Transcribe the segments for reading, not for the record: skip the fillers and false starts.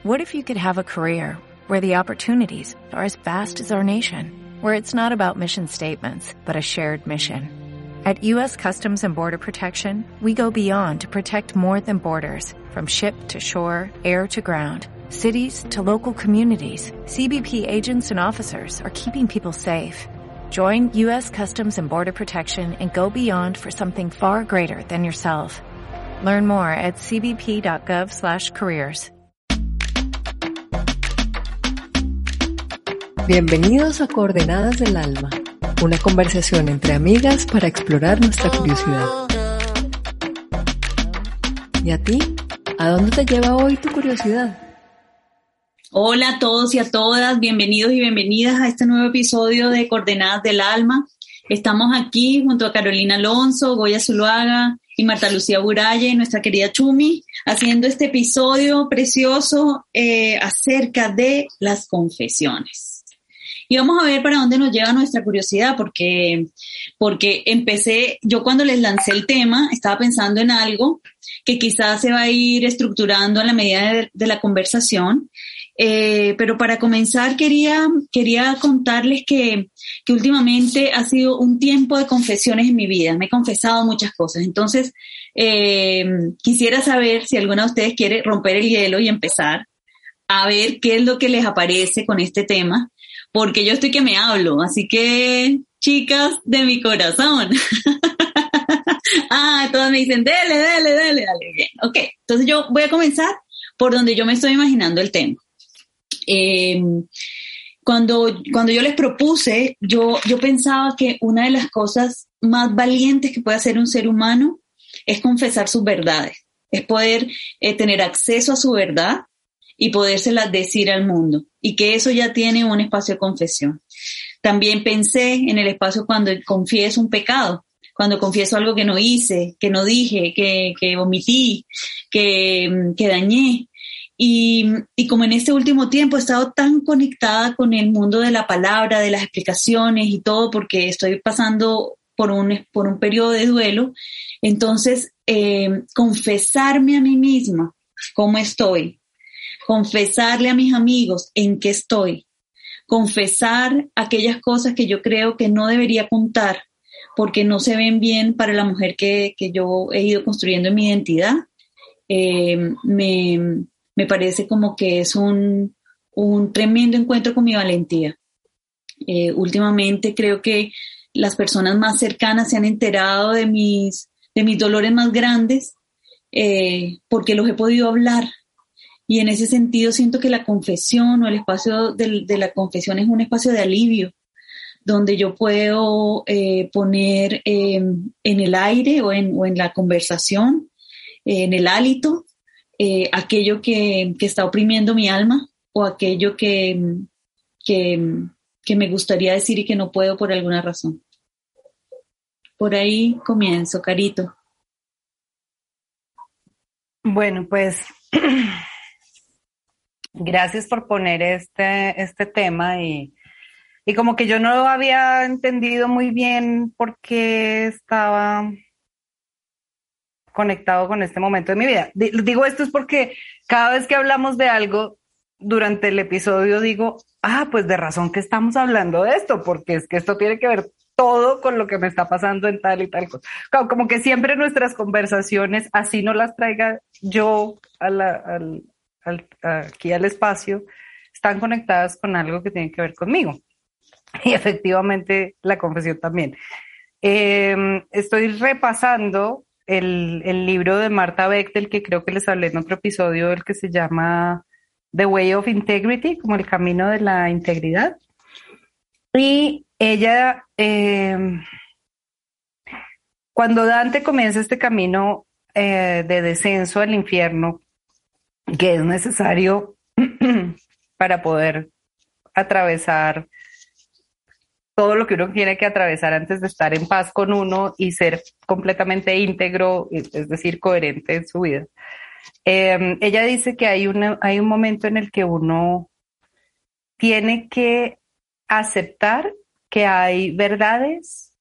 What if you could have a career where the opportunities are as vast as our nation, where it's not about mission statements, but a shared mission? At U.S. Customs and Border Protection, we go beyond to protect more than borders, from ship to shore, air to ground, cities to local communities. CBP agents and officers are keeping people safe. Join U.S. Customs and Border Protection and go beyond for something far greater than yourself. Learn more at cbp.gov/careers. Bienvenidos a Coordenadas del Alma, una conversación entre amigas para explorar nuestra curiosidad. ¿Y a ti? ¿A dónde te lleva hoy tu curiosidad? Hola a todos y a todas, bienvenidos y bienvenidas a este nuevo episodio de Coordenadas del Alma. Estamos aquí junto a Carolina Alonso, Goya Zuluaga y Marta Lucía Buralle, nuestra querida Chumi, haciendo este episodio precioso acerca de las confesiones. Y vamos a ver para dónde nos lleva nuestra curiosidad, porque yo cuando les lancé el tema estaba pensando en algo que quizás se va a ir estructurando a la medida de la conversación, pero para comenzar quería contarles que últimamente ha sido un tiempo de confesiones en mi vida. Me he confesado muchas cosas, entonces quisiera saber si alguna de ustedes quiere romper el hielo y empezar a ver qué es lo que les aparece con este tema. Porque yo estoy que me hablo, así que, chicas de mi corazón. Todas me dicen, dale. Bien, ok, entonces yo voy a comenzar por donde yo me estoy imaginando el tema. Cuando yo les propuse, yo pensaba que una de las cosas más valientes que puede hacer un ser humano es confesar sus verdades, es poder tener acceso a su verdad y podérselas decir al mundo, y que eso ya tiene un espacio de confesión. También pensé en el espacio cuando confieso un pecado, cuando confieso algo que no hice, que no dije, que omití, que dañé. Y como en este último tiempo he estado tan conectada con el mundo de la palabra, de las explicaciones y todo, porque estoy pasando por un periodo de duelo, entonces confesarme a mí misma cómo estoy, confesarle a mis amigos en qué estoy, confesar aquellas cosas que yo creo que no debería contar porque no se ven bien para la mujer que yo he ido construyendo en mi identidad, me parece como que es un tremendo encuentro con mi valentía. Últimamente creo que las personas más cercanas se han enterado de mis dolores más grandes porque los he podido hablar. Y en ese sentido siento que la confesión o el espacio de la confesión es un espacio de alivio, donde yo puedo poner en el aire o en la conversación, en el hálito, aquello que está oprimiendo mi alma o aquello que me gustaría decir y que no puedo por alguna razón. Por ahí comienzo, Carito. Bueno, pues gracias por poner este tema y como que yo no había entendido muy bien por qué estaba conectado con este momento de mi vida. Digo esto es porque cada vez que hablamos de algo durante el episodio digo, pues de razón que estamos hablando de esto, porque es que esto tiene que ver todo con lo que me está pasando en tal y tal cosa. Como que siempre nuestras conversaciones, así no las traiga yo aquí al espacio, están conectadas con algo que tiene que ver conmigo. Y efectivamente la confesión también. Estoy repasando el libro de Marta Beck, del que creo que les hablé en otro episodio, el que se llama The Way of Integrity, como el camino de la integridad. Y ella, cuando Dante comienza este camino de descenso al infierno, que es necesario para poder atravesar todo lo que uno tiene que atravesar antes de estar en paz con uno y ser completamente íntegro, es decir, coherente en su vida. Ella dice que hay un momento en el que uno tiene que aceptar que hay verdades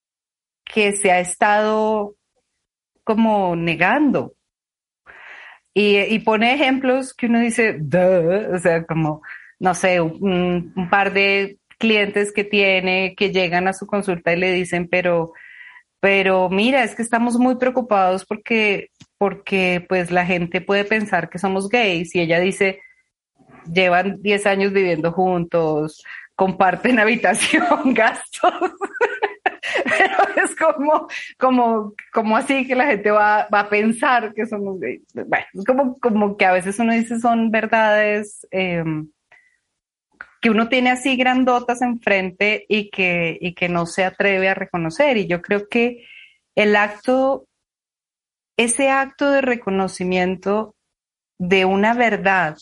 que se ha estado como negando. Y pone ejemplos que uno dice, "Duh", o sea, como, no sé, un par de clientes que tiene que llegan a su consulta y le dicen, pero mira, es que estamos muy preocupados porque pues la gente puede pensar que somos gays y ella dice, llevan 10 años viviendo juntos, comparten habitación, gastos. Pero es como así que la gente va a pensar que somos gays. Bueno, es como que a veces uno dice son verdades que uno tiene así grandotas enfrente y que no se atreve a reconocer. Y yo creo que el ese acto de reconocimiento de una verdad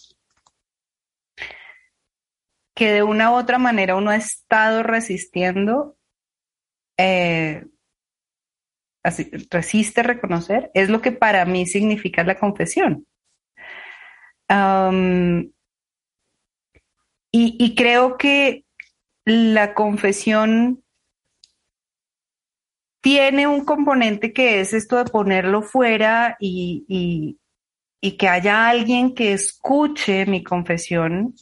que de una u otra manera uno ha estado resistiendo, así, resiste reconocer, es lo que para mí significa la confesión. Um, y creo que la confesión tiene un componente que es esto de ponerlo fuera y que haya alguien que escuche mi confesión.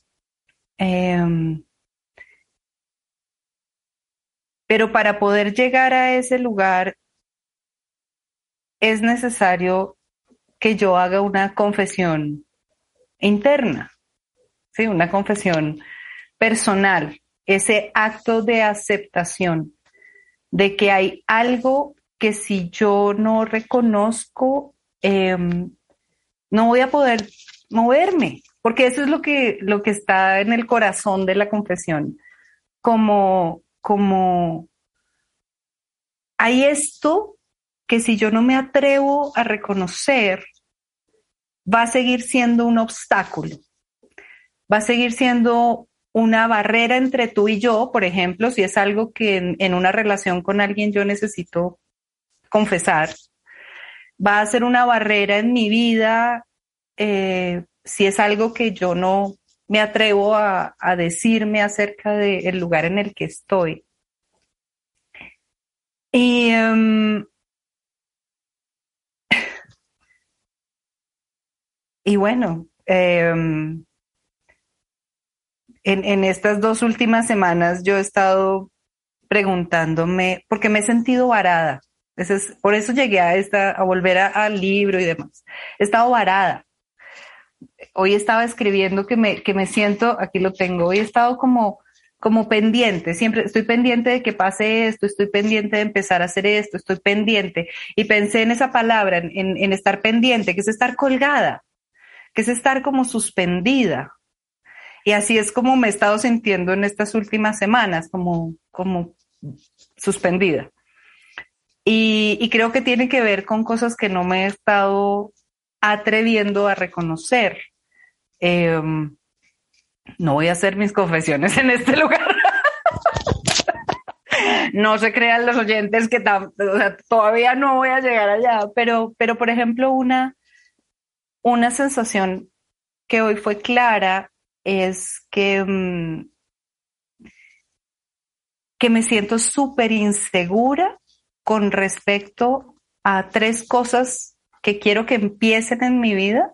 Pero para poder llegar a ese lugar es necesario que yo haga una confesión interna, ¿sí? Una confesión personal, ese acto de aceptación de que hay algo que si yo no reconozco, no voy a poder moverme, porque eso es lo que está en el corazón de la confesión, como hay esto que si yo no me atrevo a reconocer, va a seguir siendo un obstáculo, va a seguir siendo una barrera entre tú y yo, por ejemplo, si es algo que en una relación con alguien yo necesito confesar, va a ser una barrera en mi vida si es algo que yo no me atrevo a decirme acerca del lugar en el que estoy. Y bueno, en estas 2 últimas semanas yo he estado preguntándome, porque me he sentido varada. Por eso llegué a volver al libro y demás. He estado varada. Hoy estaba escribiendo que me siento, aquí lo tengo, hoy he estado como pendiente, siempre estoy pendiente de que pase esto, estoy pendiente de empezar a hacer esto, estoy pendiente. Y pensé en esa palabra, en estar pendiente, que es estar colgada, que es estar como suspendida. Y así es como me he estado sintiendo en estas últimas semanas, como suspendida. Y creo que tiene que ver con cosas que no me he estado atreviendo a reconocer. No voy a hacer mis confesiones en este lugar. No se crean los oyentes que o sea, todavía no voy a llegar allá, pero por ejemplo, una sensación que hoy fue clara es que me siento súper insegura con respecto a 3 cosas que quiero que empiecen en mi vida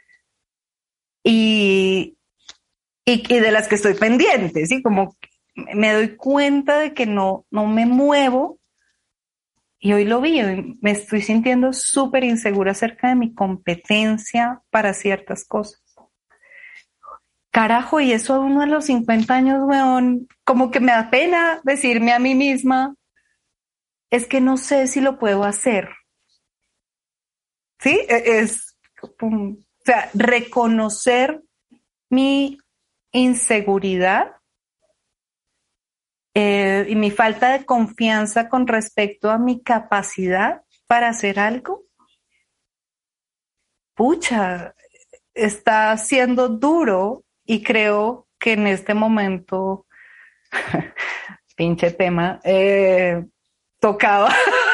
y de las que estoy pendiente, ¿sí? Como me doy cuenta de que no me muevo y hoy lo vi, hoy me estoy sintiendo súper insegura acerca de mi competencia para ciertas cosas. Carajo, y eso a uno a los 50 años, weón, como que me da pena decirme a mí misma, es que no sé si lo puedo hacer. ¿Sí? O sea, reconocer mi inseguridad y mi falta de confianza con respecto a mi capacidad para hacer algo. Pucha, está siendo duro y creo que en este momento, pinche tema, tocaba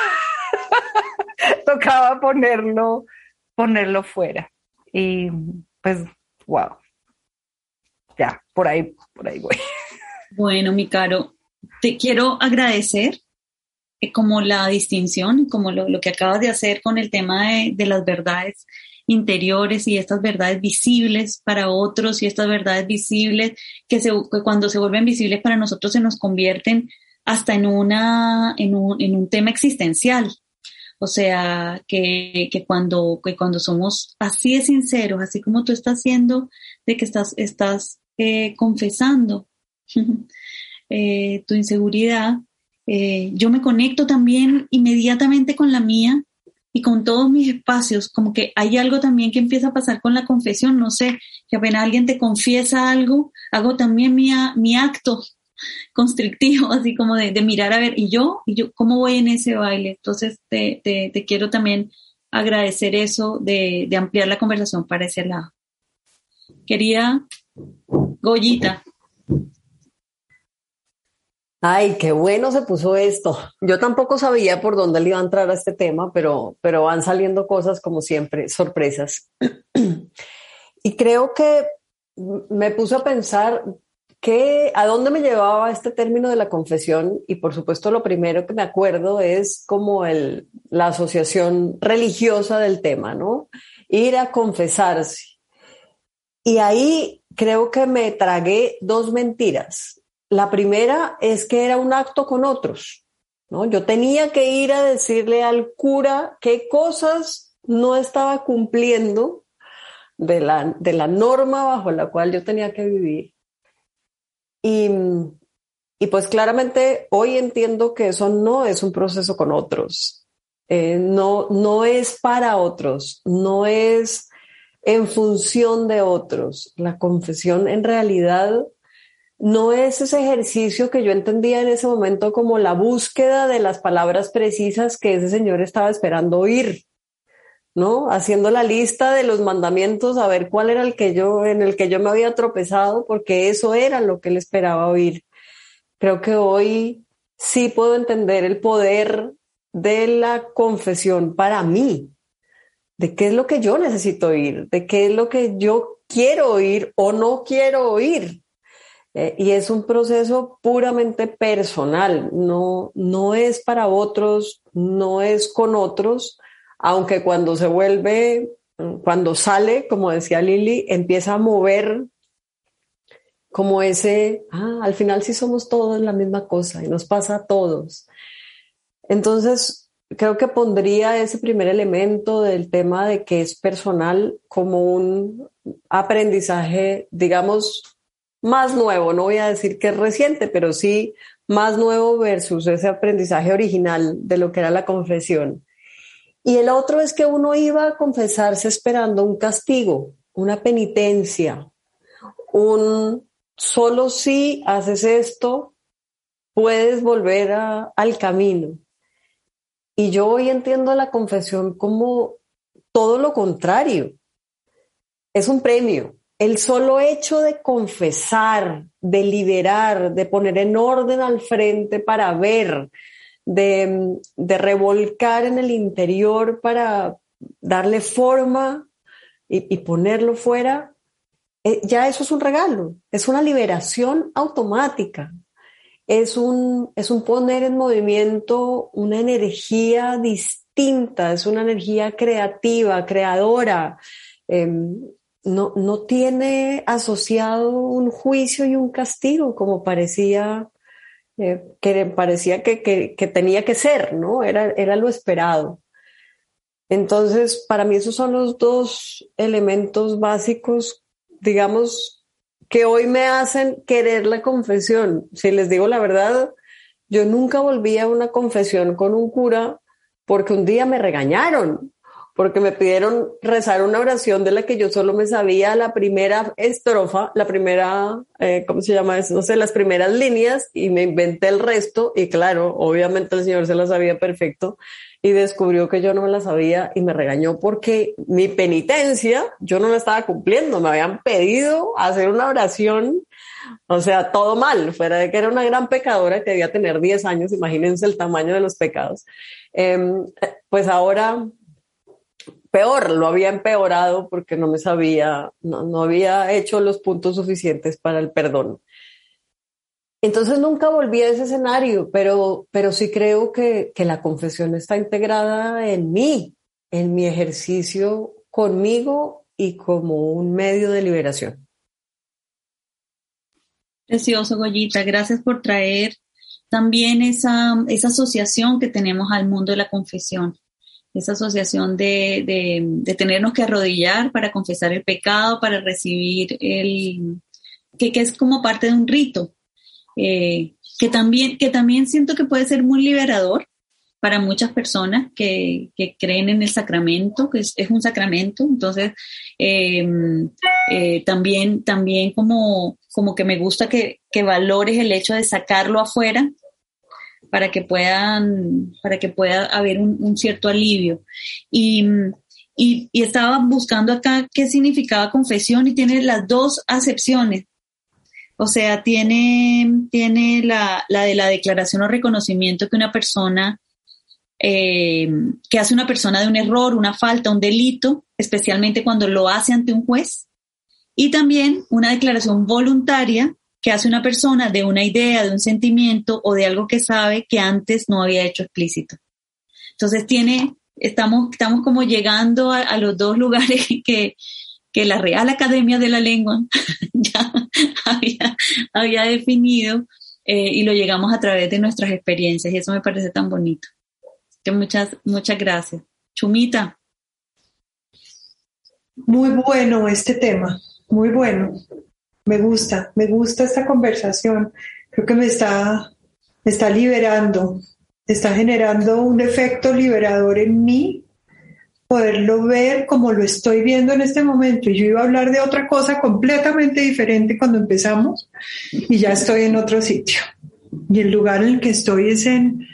ponerlo fuera. Y pues, wow. Ya, por ahí voy. Bueno, mi Caro, te quiero agradecer como la distinción, como lo que acabas de hacer con el tema de las verdades. interiores y estas verdades visibles para otros y estas verdades visibles que cuando se vuelven visibles para nosotros se nos convierten hasta en un tema existencial. O sea, que cuando somos así de sinceros, así como tú estás haciendo, de que estás confesando tu inseguridad, yo me conecto también inmediatamente con la mía y con todos mis espacios, como que hay algo también que empieza a pasar con la confesión, no sé, que apenas alguien te confiesa algo, hago también mi acto constrictivo, así como de mirar a ver, y yo, ¿cómo voy en ese baile? Entonces te quiero también agradecer eso de ampliar la conversación para ese lado. Querida Goyita. Ay, qué bueno se puso esto. Yo tampoco sabía por dónde le iba a entrar a este tema, pero van saliendo cosas como siempre, sorpresas. Y creo que me puse a pensar a dónde me llevaba este término de la confesión, y por supuesto lo primero que me acuerdo es como la asociación religiosa del tema, ¿no? Ir a confesarse. Y ahí creo que me tragué dos mentiras. La primera es que era un acto con otros, ¿no? Yo tenía que ir a decirle al cura qué cosas no estaba cumpliendo de la norma bajo la cual yo tenía que vivir. Y pues claramente hoy entiendo que eso no es un proceso con otros, no es para otros, no es en función de otros. La confesión en realidad no es ese ejercicio que yo entendía en ese momento como la búsqueda de las palabras precisas que ese señor estaba esperando oír, ¿no? Haciendo la lista de los mandamientos, a ver cuál era en el que yo me había tropezado, porque eso era lo que él esperaba oír. Creo que hoy sí puedo entender el poder de la confesión para mí, de qué es lo que yo necesito oír, de qué es lo que yo quiero oír o no quiero oír. Y es un proceso puramente personal, no es para otros, no es con otros, aunque cuando sale, como decía Lili, empieza a mover como al final sí somos todos la misma cosa y nos pasa a todos. Entonces, creo que pondría ese primer elemento del tema de que es personal como un aprendizaje, digamos, más nuevo. No voy a decir que es reciente, pero sí más nuevo versus ese aprendizaje original de lo que era la confesión. Y el otro es que uno iba a confesarse esperando un castigo, una penitencia, solo si haces esto puedes volver al camino. Y yo hoy entiendo la confesión como todo lo contrario. Es un premio. El solo hecho de confesar, de liberar, de poner en orden al frente para ver, de revolcar en el interior para darle forma y ponerlo fuera, ya eso es un regalo, es una liberación automática, es un poner en movimiento una energía distinta, es una energía creativa, creadora. No tiene asociado un juicio y un castigo como parecía que tenía que ser, ¿no? Era lo esperado. Entonces, para mí esos son los dos elementos básicos, digamos, que hoy me hacen querer la confesión. Si les digo la verdad, yo nunca volví a una confesión con un cura porque un día me regañaron, porque me pidieron rezar una oración de la que yo solo me sabía la primera estrofa, la primera, ¿cómo se llama eso? No sé, las primeras líneas, y me inventé el resto, y claro, obviamente el Señor se la sabía perfecto, y descubrió que yo no me la sabía y me regañó porque mi penitencia, yo no la estaba cumpliendo, me habían pedido hacer una oración, o sea, todo mal, fuera de que era una gran pecadora que debía tener 10 años, imagínense el tamaño de los pecados. Pues ahora peor, lo había empeorado porque no me sabía, no había hecho los puntos suficientes para el perdón. Entonces nunca volví a ese escenario, pero sí creo que la confesión está integrada en mí, en mi ejercicio conmigo y como un medio de liberación. Precioso, Goyita. Gracias por traer también esa asociación que tenemos al mundo de la confesión. Esa asociación de tenernos que arrodillar para confesar el pecado, para recibir que es como parte de un rito, que también siento que puede ser muy liberador para muchas personas que creen en el sacramento, que es un sacramento. Entonces, también como que me gusta que valores el hecho de sacarlo afuera para que pueda haber un cierto alivio. Y estaba buscando acá qué significaba confesión y tiene las dos acepciones. O sea, tiene la de la declaración o reconocimiento que una persona, que hace una persona de un error, una falta, un delito, especialmente cuando lo hace ante un juez. Y también una declaración voluntaria que hace una persona de una idea, de un sentimiento o de algo que sabe que antes no había hecho explícito. Entonces estamos como llegando a los dos lugares que la Real Academia de la Lengua ya había definido, y lo llegamos a través de nuestras experiencias, y eso me parece tan bonito. Que muchas gracias. Chumita. Muy bueno este tema, muy bueno. Me gusta esta conversación. Creo que me está liberando, está generando un efecto liberador en mí, poderlo ver como lo estoy viendo en este momento. Y yo iba a hablar de otra cosa completamente diferente cuando empezamos y ya estoy en otro sitio. Y el lugar en el que estoy es en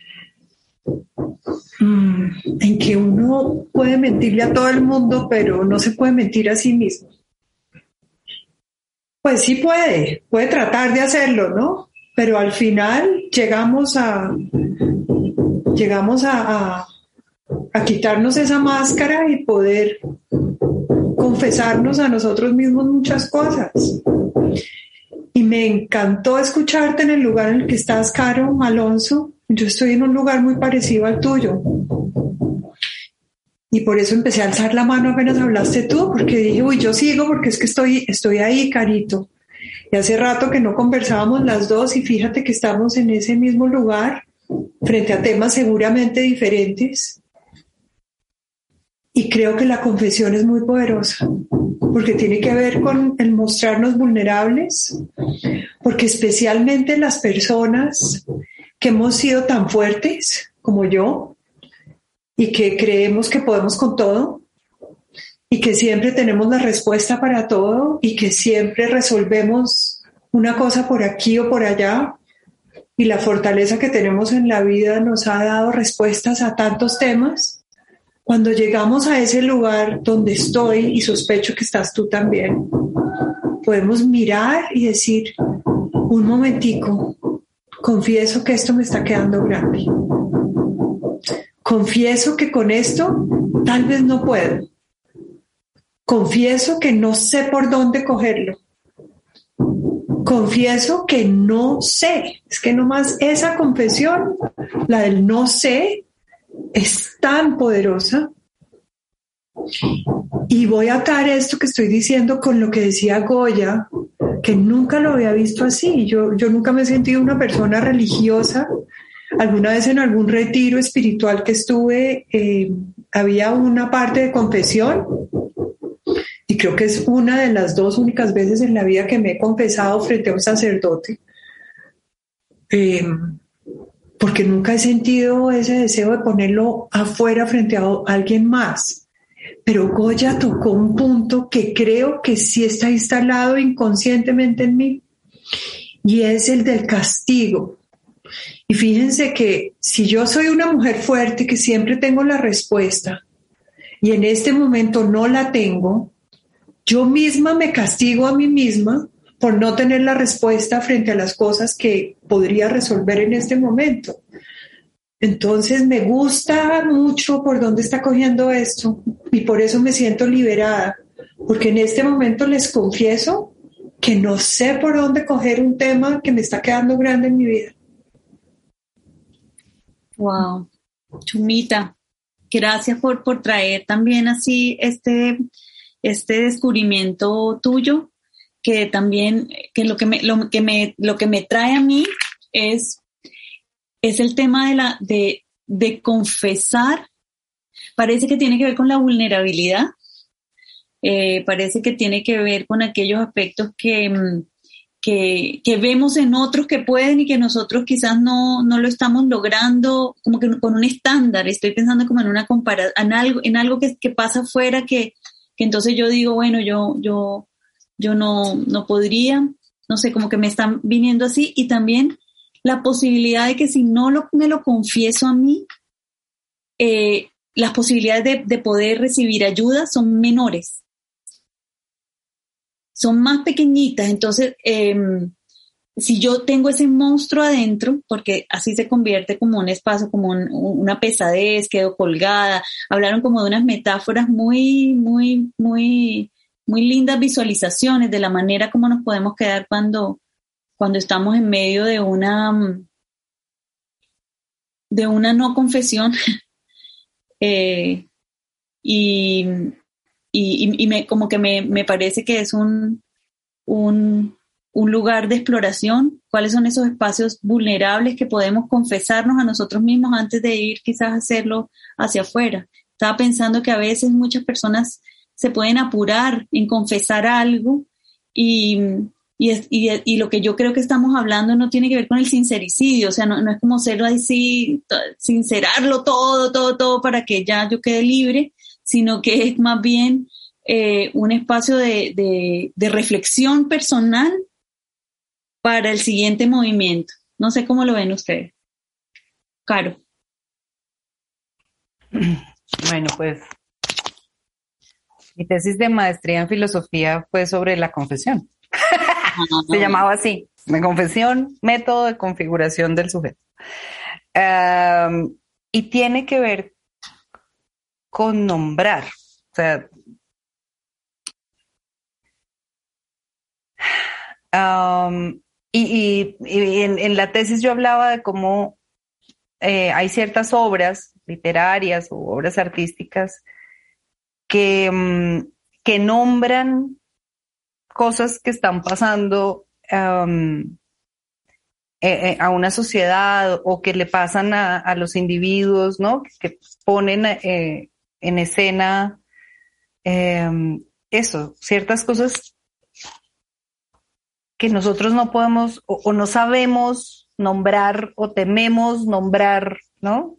que uno puede mentirle a todo el mundo, pero no se puede mentir a sí mismo. Pues sí puede tratar de hacerlo, ¿no? Pero al final llegamos a quitarnos esa máscara y poder confesarnos a nosotros mismos muchas cosas. Y me encantó escucharte en el lugar en el que estás, Caro, Alonso. Yo estoy en un lugar muy parecido al tuyo. Y por eso empecé a alzar la mano apenas hablaste tú, porque dije, yo sigo porque es que estoy ahí, Carito. Y hace rato que no conversábamos las dos y fíjate que estamos en ese mismo lugar, frente a temas seguramente diferentes. Y creo que la confesión es muy poderosa, porque tiene que ver con el mostrarnos vulnerables, porque especialmente las personas que hemos sido tan fuertes como yo, y que creemos que podemos con todo y que siempre tenemos la respuesta para todo y que siempre resolvemos una cosa por aquí o por allá, y la fortaleza que tenemos en la vida nos ha dado respuestas a tantos temas. Cuando llegamos a ese lugar donde estoy, y sospecho que estás tú también, podemos mirar y decir, un momentico, confieso que esto me está quedando grande. Confieso que con esto tal vez no puedo. Confieso que no sé por dónde cogerlo. Confieso que no sé. Es que nomás esa confesión, la del no sé, es tan poderosa. Y voy a atar esto que estoy diciendo con lo que decía Goya, que nunca lo había visto así. Yo nunca me he sentido una persona religiosa. Alguna vez en algún retiro espiritual que estuve, había una parte de confesión, y creo que es una de las dos únicas veces en la vida que me he confesado frente a un sacerdote, porque nunca he sentido ese deseo de ponerlo afuera frente a alguien más. Pero Goya tocó un punto que creo que sí está instalado inconscientemente en mí, y es el del castigo. Y fíjense que si yo soy una mujer fuerte que siempre tengo la respuesta y en este momento no la tengo, yo misma me castigo a mí misma por no tener la respuesta frente a las cosas que podría resolver en este momento. Entonces me gusta mucho por dónde está cogiendo esto, y por eso me siento liberada, porque en este momento les confieso que no sé por dónde coger un tema que me está quedando grande en mi vida. Wow, Chumita, gracias por traer también así este descubrimiento tuyo, que también, que lo que me trae a mí es el tema de confesar. Parece que tiene que ver con la vulnerabilidad, parece que tiene que ver con aquellos aspectos que vemos en otros que pueden y que nosotros quizás no lo estamos logrando, como que con un estándar. Estoy pensando como en una comparación, en algo que pasa afuera, que entonces yo digo, bueno, yo no podría, no sé, como que me están viniendo así. Y también la posibilidad de que si me lo confieso a mí, las posibilidades de poder recibir ayuda son menores, son más pequeñitas. Entonces, si yo tengo ese monstruo adentro, porque así se convierte como un espacio, como una pesadez, quedo colgada. Hablaron como de unas metáforas muy, muy, muy, muy lindas visualizaciones de la manera como nos podemos quedar cuando estamos en medio de una no confesión. Como que me parece que es un lugar de exploración. ¿Cuáles son esos espacios vulnerables que podemos confesarnos a nosotros mismos antes de ir quizás a hacerlo hacia afuera? Estaba pensando que a veces muchas personas se pueden apurar en confesar algo y lo que yo creo que estamos hablando no tiene que ver con el sincericidio. O sea, no es como serlo así, sincerarlo todo para que ya yo quede libre, sino que es más bien un espacio de reflexión personal para el siguiente movimiento. No sé cómo lo ven ustedes. Caro. Bueno, pues mi tesis de maestría en filosofía fue sobre la confesión. Se llamaba así, la confesión, método de configuración del sujeto. Y tiene que ver con nombrar. O sea, y en la tesis yo hablaba de cómo hay ciertas obras literarias o obras artísticas que nombran cosas que están pasando a una sociedad o que le pasan a los individuos, ¿no? Que ponen en escena ciertas cosas que nosotros no podemos o no sabemos nombrar o tememos nombrar, ¿no?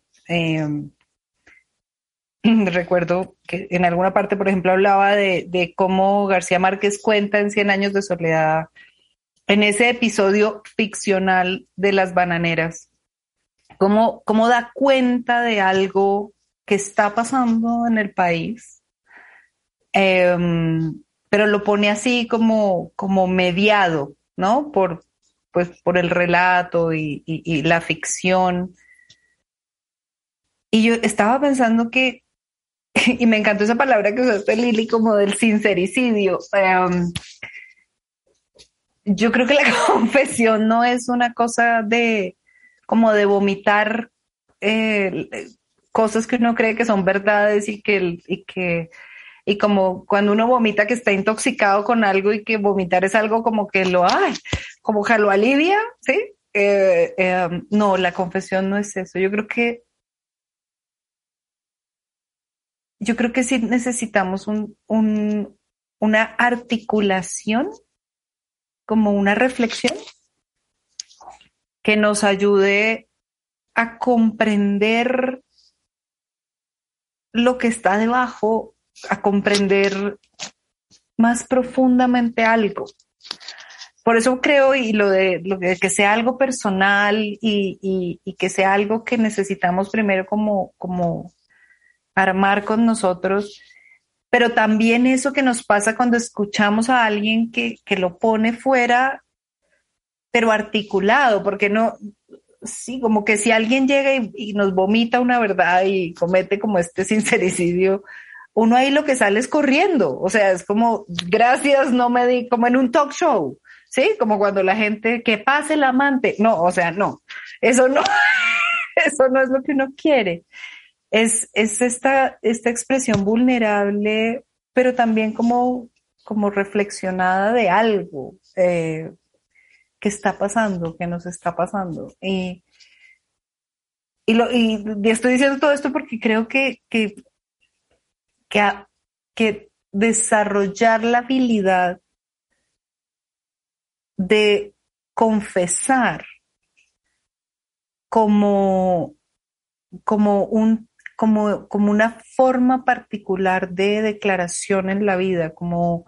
Recuerdo que en alguna parte, por ejemplo, hablaba de cómo García Márquez cuenta en 100 años de soledad, en ese episodio ficcional de las bananeras, cómo da cuenta de algo que está pasando en el país, pero lo pone así como mediado, ¿no? Por el relato y la ficción. Y yo estaba pensando que, y me encantó esa palabra que usaste, Lili, como del sincericidio. Yo creo que la confesión no es una cosa como de vomitar cosas que uno cree que son verdades y como cuando uno vomita que está intoxicado con algo y que vomitar es algo como que como que lo alivia, ¿sí? No, la confesión no es eso. Yo creo que sí necesitamos una articulación, como una reflexión que nos ayude a comprender lo que está debajo, a comprender más profundamente algo. Por eso creo, y lo de que sea algo personal y que sea algo que necesitamos primero como armar con nosotros, pero también eso que nos pasa cuando escuchamos a alguien que lo pone fuera, pero articulado, porque no, sí, como que si alguien llega y nos vomita una verdad y comete como este sincericidio, uno ahí lo que sale es corriendo, o sea, es como, gracias, no me di, como en un talk show, ¿sí? Como cuando la gente, que pase el amante, no, o sea, no, eso no es lo que uno quiere. es esta expresión vulnerable, pero también como reflexionada de algo que está pasando, que nos está pasando. Y estoy diciendo todo esto porque creo que desarrollar la habilidad de confesar como una forma particular de declaración en la vida, como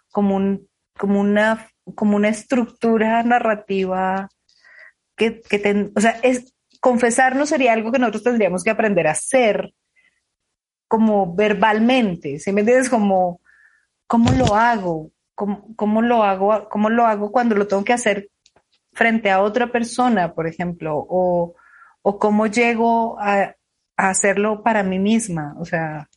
una estructura narrativa o sea, confesarnos sería algo que nosotros tendríamos que aprender a hacer como verbalmente, ¿sí me entiendes? ¿Cómo lo hago? ¿Cómo lo hago cuando lo tengo que hacer frente a otra persona, por ejemplo? O cómo llego a hacerlo para mí misma. O sea,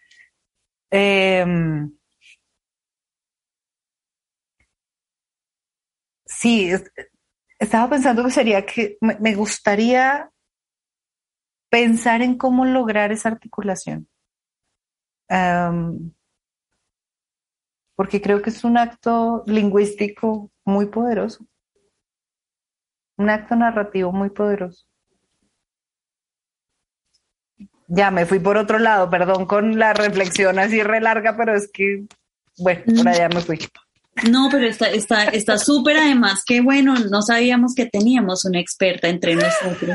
sí, estaba pensando que sería que me gustaría pensar en cómo lograr esa articulación. Porque creo que es un acto lingüístico muy poderoso, un acto narrativo muy poderoso. Ya me fui por otro lado, perdón con la reflexión así re larga, pero es que, bueno, por allá me fui. No, pero está súper, además que bueno, no sabíamos que teníamos una experta entre nosotros.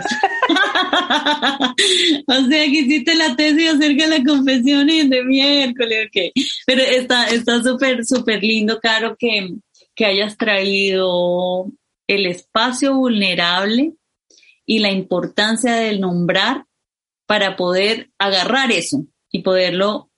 O sea, que hiciste la tesis acerca de la confesión y de miércoles, ok. Pero está súper lindo, Caro, que hayas traído el espacio vulnerable y la importancia del nombrar para poder agarrar eso y poderlo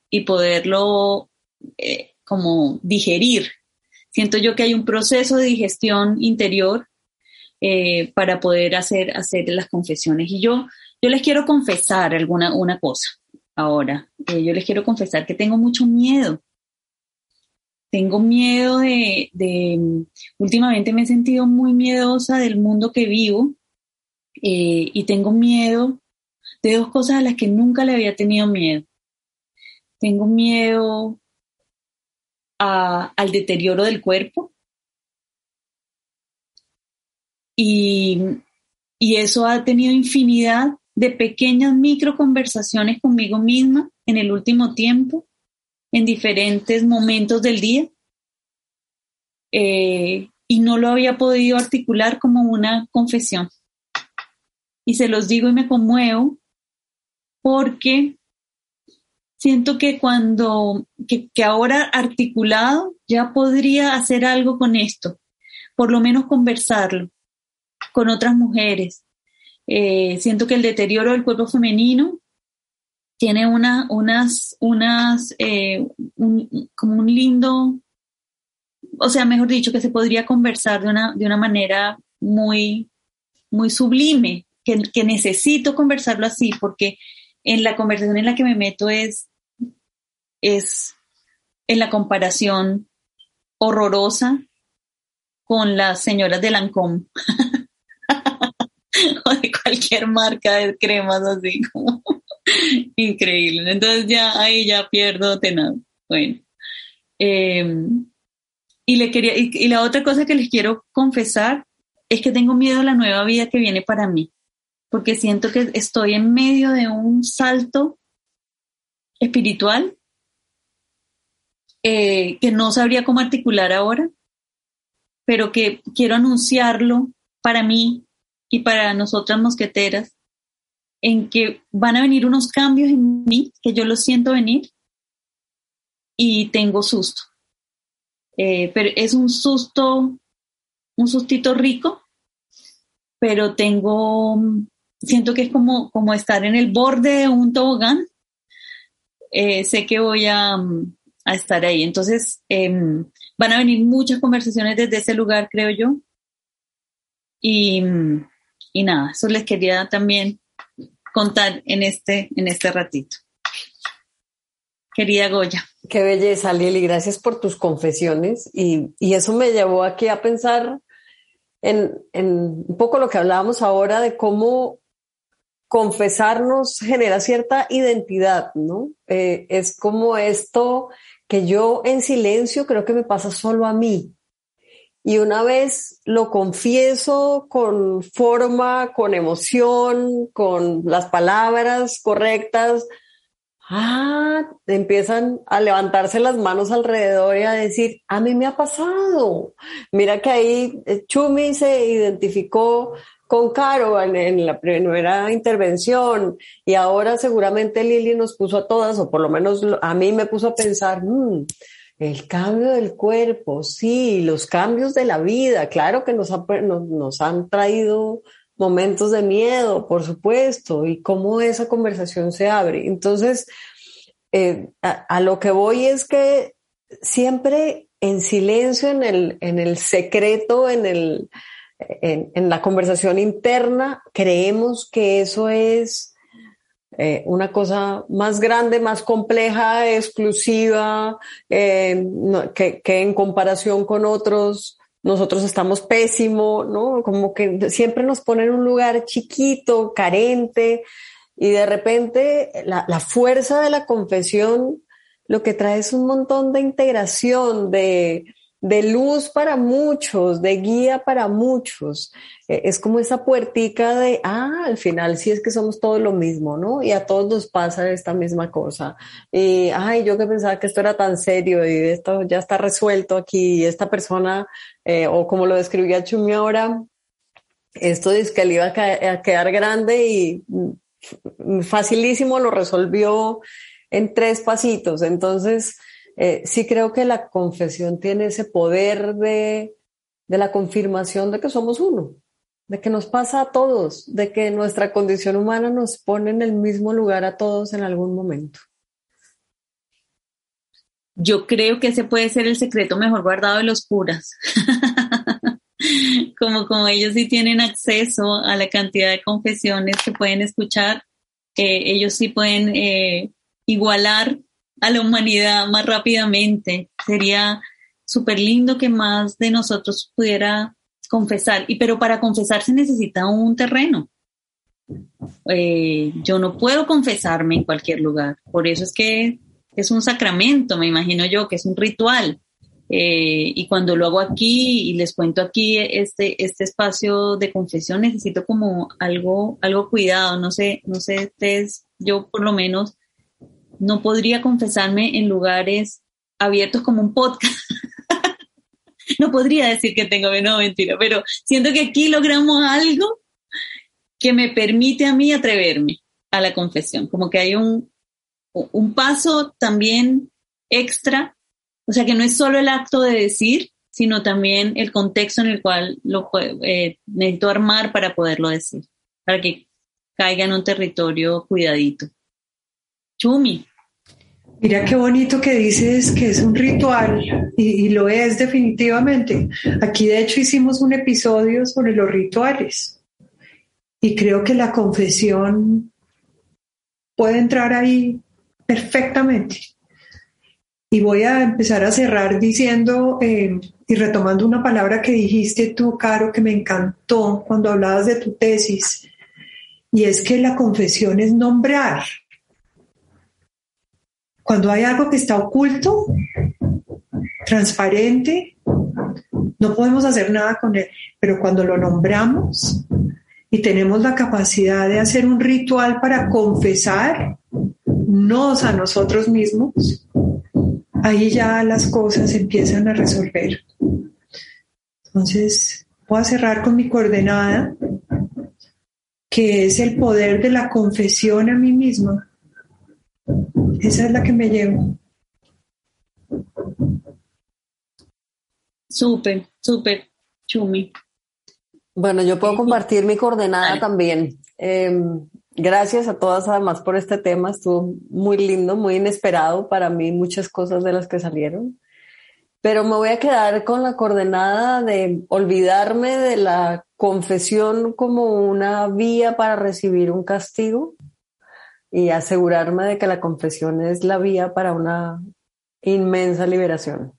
como digerir. Siento yo que hay un proceso de digestión interior para poder hacer las confesiones. Y yo les quiero confesar una cosa ahora. Yo les quiero confesar que tengo mucho miedo. Tengo miedo últimamente me he sentido muy miedosa del mundo que vivo y tengo miedo de dos cosas a las que nunca le había tenido miedo. Tengo miedo al deterioro del cuerpo y eso ha tenido infinidad de pequeñas micro conversaciones conmigo misma en el último tiempo, en diferentes momentos del día, y no lo había podido articular como una confesión. Y se los digo y me conmuevo porque siento que que ahora articulado ya podría hacer algo con esto, por lo menos conversarlo con otras mujeres. Siento que el deterioro del cuerpo femenino tiene como un lindo, o sea, mejor dicho, que se podría conversar de una manera muy, muy sublime, que necesito conversarlo así, porque en la conversación en la que me meto es en la comparación horrorosa con las señoras de Lancôme o de cualquier marca de cremas así como increíble. Entonces ahí ya pierdo tenaz. Bueno, y la otra cosa que les quiero confesar es que tengo miedo a la nueva vida que viene para mí, porque siento que estoy en medio de un salto espiritual que no sabría cómo articular ahora, pero que quiero anunciarlo para mí y para nosotras mosqueteras, en que van a venir unos cambios en mí, que yo los siento venir, y tengo susto. Pero es un sustito rico, pero siento que es como estar en el borde de un tobogán. Sé que voy a estar ahí. Entonces, van a venir muchas conversaciones desde ese lugar, creo yo. Y nada, eso les quería también contar en este ratito. Querida Goya. Qué belleza, Lili, gracias por tus confesiones y eso me llevó aquí a pensar en un poco lo que hablábamos ahora de cómo confesarnos genera cierta identidad, ¿no? Es como esto que yo en silencio creo que me pasa solo a mí. Y una vez lo confieso con forma, con emoción, con las palabras correctas, empiezan a levantarse las manos alrededor y a decir, a mí me ha pasado. Mira que ahí Chumi se identificó con Caro en la primera intervención y ahora seguramente Lili nos puso a todas, o por lo menos a mí me puso a pensar, el cambio del cuerpo, sí, los cambios de la vida, claro que nos han traído momentos de miedo, por supuesto, y cómo esa conversación se abre. Entonces, a lo que voy es que siempre en silencio, en el secreto, en la conversación interna, creemos que eso es una cosa más grande, más compleja, exclusiva, que en comparación con otros nosotros estamos pésimo, ¿no? Como que siempre nos ponen en un lugar chiquito, carente, y de repente la fuerza de la confesión lo que trae es un montón de integración, de luz para muchos, de guía para muchos. Es como esa puertica de, al final sí es que somos todos lo mismo, ¿no? Y a todos nos pasa esta misma cosa. Y, yo que pensaba que esto era tan serio y esto ya está resuelto aquí y esta persona, o como lo describía Chumi ahora, esto es que le iba a quedar grande y facilísimo lo resolvió en 3 pasitos. Entonces, sí creo que la confesión tiene ese poder de la confirmación de que somos uno, de que nos pasa a todos, de que nuestra condición humana nos pone en el mismo lugar a todos en algún momento. Yo creo que ese puede ser el secreto mejor guardado de los curas. Como ellos sí tienen acceso a la cantidad de confesiones que pueden escuchar, ellos sí pueden igualar a la humanidad más rápidamente. Sería súper lindo que más de nosotros pudiera confesar. Pero para confesar se necesita un terreno. Yo no puedo confesarme en cualquier lugar. Por eso es que es un sacramento, me imagino yo, que es un ritual. Y cuando lo hago aquí y les cuento aquí este espacio de confesión, necesito como algo cuidado. No sé ustedes, yo por lo menos no podría confesarme en lugares abiertos como un podcast. No podría decir que tengo, no, mentira, pero siento que aquí logramos algo que me permite a mí atreverme a la confesión, como que hay un paso también extra, o sea que no es solo el acto de decir, sino también el contexto en el cual necesito armar para poderlo decir, para que caiga en un territorio cuidadito. Chumi. Mira qué bonito que dices que es un ritual y lo es definitivamente. Aquí de hecho hicimos un episodio sobre los rituales y creo que la confesión puede entrar ahí perfectamente. Y voy a empezar a cerrar diciendo y retomando una palabra que dijiste tú, Caro, que me encantó cuando hablabas de tu tesis, y es que la confesión es nombrar. Cuando hay algo que está oculto, transparente, no podemos hacer nada con él, pero cuando lo nombramos y tenemos la capacidad de hacer un ritual para confesarnos a nosotros mismos, ahí ya las cosas empiezan a resolver. Entonces, voy a cerrar con mi coordenada, que es el poder de la confesión a mí misma. Esa es la que me llevo. Súper, Chumi. Bueno, yo puedo compartir mi coordenada también. Gracias a todas además por este tema, estuvo muy lindo, muy inesperado para mí, muchas cosas de las que salieron. Pero me voy a quedar con la coordenada de olvidarme de la confesión como una vía para recibir un castigo y asegurarme de que la confesión es la vía para una inmensa liberación.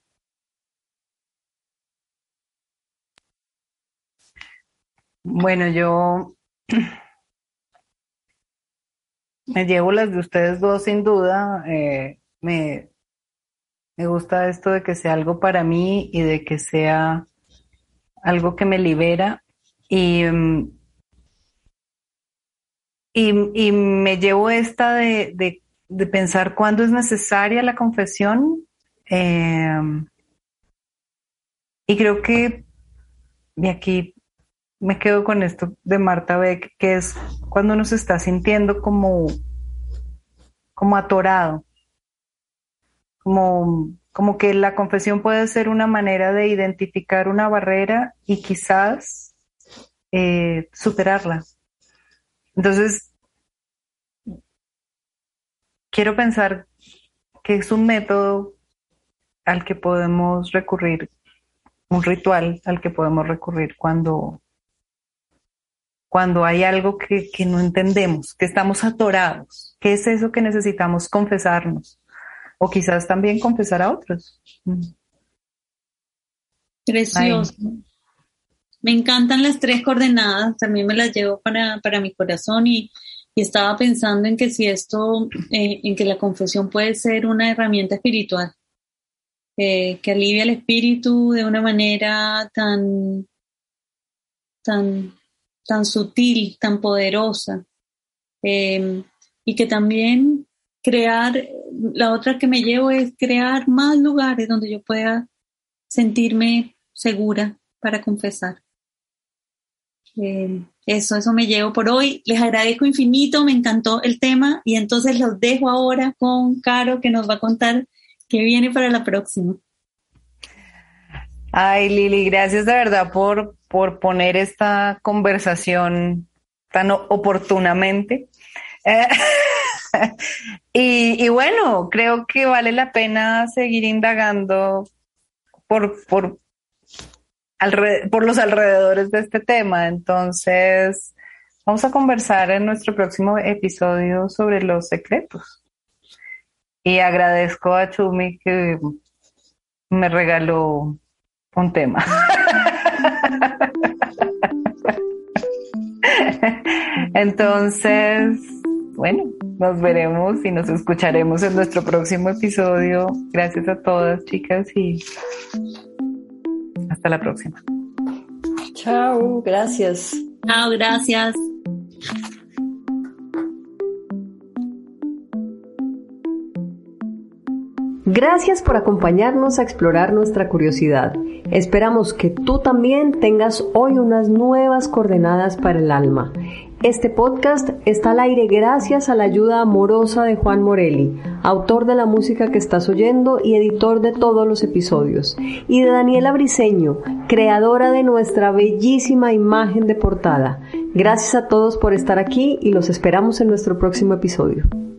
Bueno, yo Me llevo las de ustedes dos sin duda. Me gusta esto de que sea algo para mí y de que sea algo que me libera. Y me llevo esta de pensar cuándo es necesaria la confesión. Y creo que, y aquí me quedo con esto de Marta Beck, que es cuando uno se está sintiendo como atorado, como que la confesión puede ser una manera de identificar una barrera y quizás superarla. Entonces, quiero pensar que es un método al que podemos recurrir, un ritual al que podemos recurrir cuando hay algo que no entendemos, que estamos atorados. ¿Qué es eso que necesitamos confesarnos? O quizás también confesar a otros. Precioso. Ay. Me encantan las 3 coordenadas, también me las llevo para mi corazón y estaba pensando en que si esto, en que la confesión puede ser una herramienta espiritual, que alivia el espíritu de una manera tan sutil, tan poderosa, y que también la otra que me llevo es crear más lugares donde yo pueda sentirme segura para confesar. Eso me llevo por hoy. Les agradezco infinito, me encantó el tema y entonces los dejo ahora con Caro, que nos va a contar qué viene para la próxima. Ay, Lili, gracias de verdad por poner esta conversación tan oportunamente. Y bueno, creo que vale la pena seguir indagando por los alrededores de este tema. Entonces, vamos a conversar en nuestro próximo episodio sobre los secretos. Y agradezco a Chumi que me regaló un tema. Entonces, bueno, nos veremos y nos escucharemos en nuestro próximo episodio. Gracias a todas, chicas, y hasta la próxima. Chao, gracias. Chao, gracias. Gracias por acompañarnos a explorar nuestra curiosidad. Esperamos que tú también tengas hoy unas nuevas coordenadas para el alma. Este podcast está al aire gracias a la ayuda amorosa de Juan Morelli, autor de la música que estás oyendo y editor de todos los episodios, y de Daniela Briceño, creadora de nuestra bellísima imagen de portada. Gracias a todos por estar aquí y los esperamos en nuestro próximo episodio.